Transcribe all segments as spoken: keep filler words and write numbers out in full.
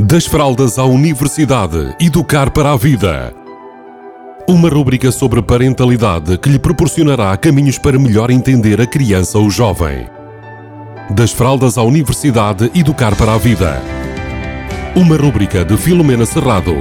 Das fraldas à universidade, educar para a vida. Uma rúbrica sobre parentalidade que lhe proporcionará caminhos para melhor entender a criança ou jovem. Das fraldas à universidade, educar para a vida. Uma rúbrica de Filomena Serrado.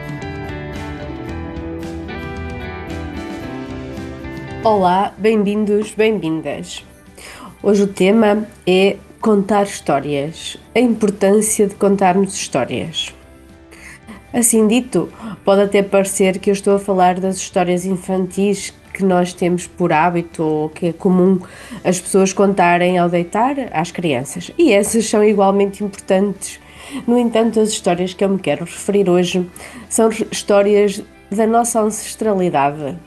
Olá, bem-vindos, bem-vindas. Hoje o tema é contar histórias, a importância de contarmos histórias. Assim dito, pode até parecer que eu estou a falar das histórias infantis que nós temos por hábito ou que é comum as pessoas contarem ao deitar às crianças, e essas são igualmente importantes. No entanto, as histórias que eu me quero referir hoje são histórias da nossa ancestralidade,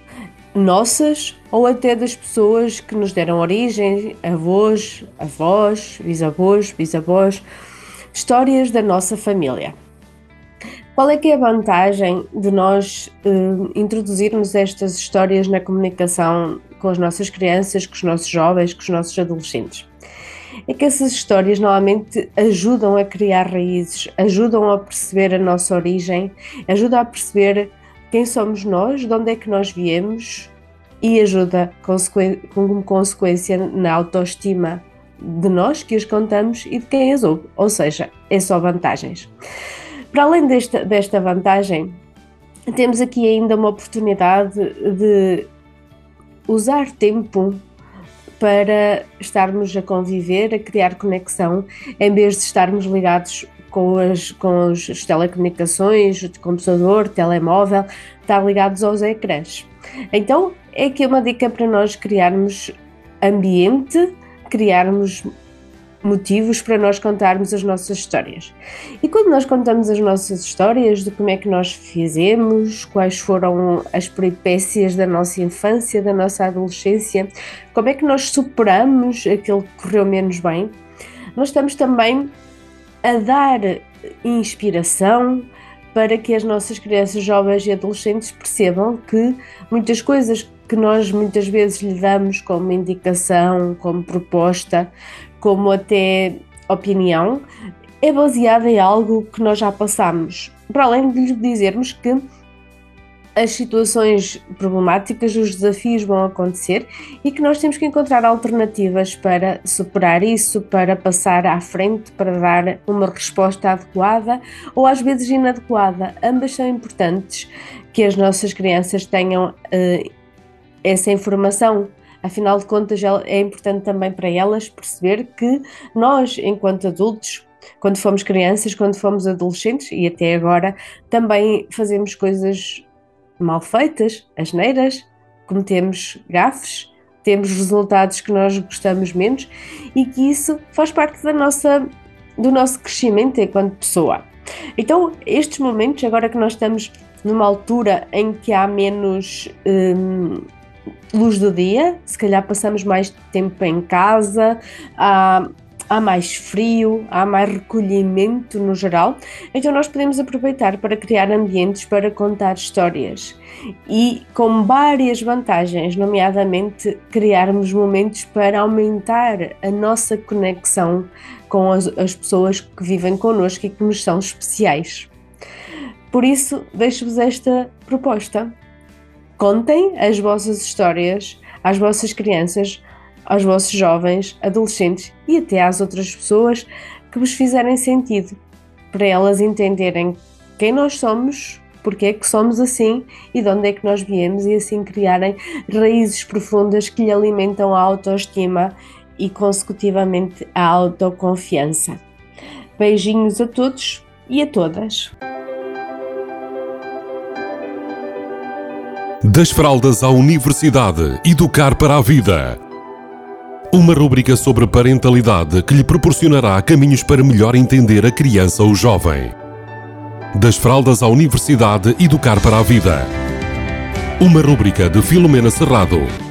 nossas ou até das pessoas que nos deram origem, avós, avós, bisavós, bisavós, histórias da nossa família. Qual é que é a vantagem de nós eh, introduzirmos estas histórias na comunicação com as nossas crianças, com os nossos jovens, com os nossos adolescentes? É que essas histórias normalmente ajudam a criar raízes, ajudam a perceber a nossa origem, ajudam a perceber quem somos nós, de onde é que nós viemos, e ajuda como consequência na autoestima de nós que as contamos e de quem as ouve, ou seja, é só vantagens. Para além desta, desta vantagem, temos aqui ainda uma oportunidade de usar tempo para estarmos a conviver, a criar conexão, em vez de estarmos ligados com as, com as telecomunicações, o computador, telemóvel, estar ligados aos ecrãs. Então, é aqui uma dica para nós criarmos ambiente, criarmos motivos para nós contarmos as nossas histórias. E quando nós contamos as nossas histórias de como é que nós fizemos, quais foram as peripécias da nossa infância, da nossa adolescência, como é que nós superamos aquilo que correu menos bem, nós estamos também a dar inspiração para que as nossas crianças, jovens e adolescentes percebam que muitas coisas que nós muitas vezes lhe damos como indicação, como proposta, como até opinião, é baseada em algo que nós já passamos. Para além de lhe dizermos que as situações problemáticas, os desafios vão acontecer e que nós temos que encontrar alternativas para superar isso, para passar à frente, para dar uma resposta adequada ou às vezes inadequada. Ambas são importantes que as nossas crianças tenham uh, essa informação. Afinal de contas, é importante também para elas perceber que nós, enquanto adultos, quando fomos crianças, quando fomos adolescentes e até agora, também fazemos coisas mal feitas, asneiras, cometemos gafes, temos resultados que nós gostamos menos e que isso faz parte da nossa, do nosso crescimento enquanto pessoa. Então, estes momentos, agora que nós estamos numa altura em que há menos hum, luz do dia, se calhar passamos mais tempo em casa, há, há mais frio, há mais recolhimento no geral, então nós podemos aproveitar para criar ambientes para contar histórias e com várias vantagens, nomeadamente criarmos momentos para aumentar a nossa conexão com as, as pessoas que vivem connosco e que nos são especiais. Por isso, deixo-vos esta proposta. Contem as vossas histórias às vossas crianças, aos vossos jovens, adolescentes e até às outras pessoas que vos fizerem sentido, para elas entenderem quem nós somos, porque é que somos assim e de onde é que nós viemos, e assim criarem raízes profundas que lhe alimentam a autoestima e consecutivamente a autoconfiança. Beijinhos a todos e a todas. Das fraldas à universidade, educar para a vida. Uma rúbrica sobre parentalidade que lhe proporcionará caminhos para melhor entender a criança ou jovem. Das fraldas à universidade, educar para a vida. Uma rúbrica de Filomena Serrado.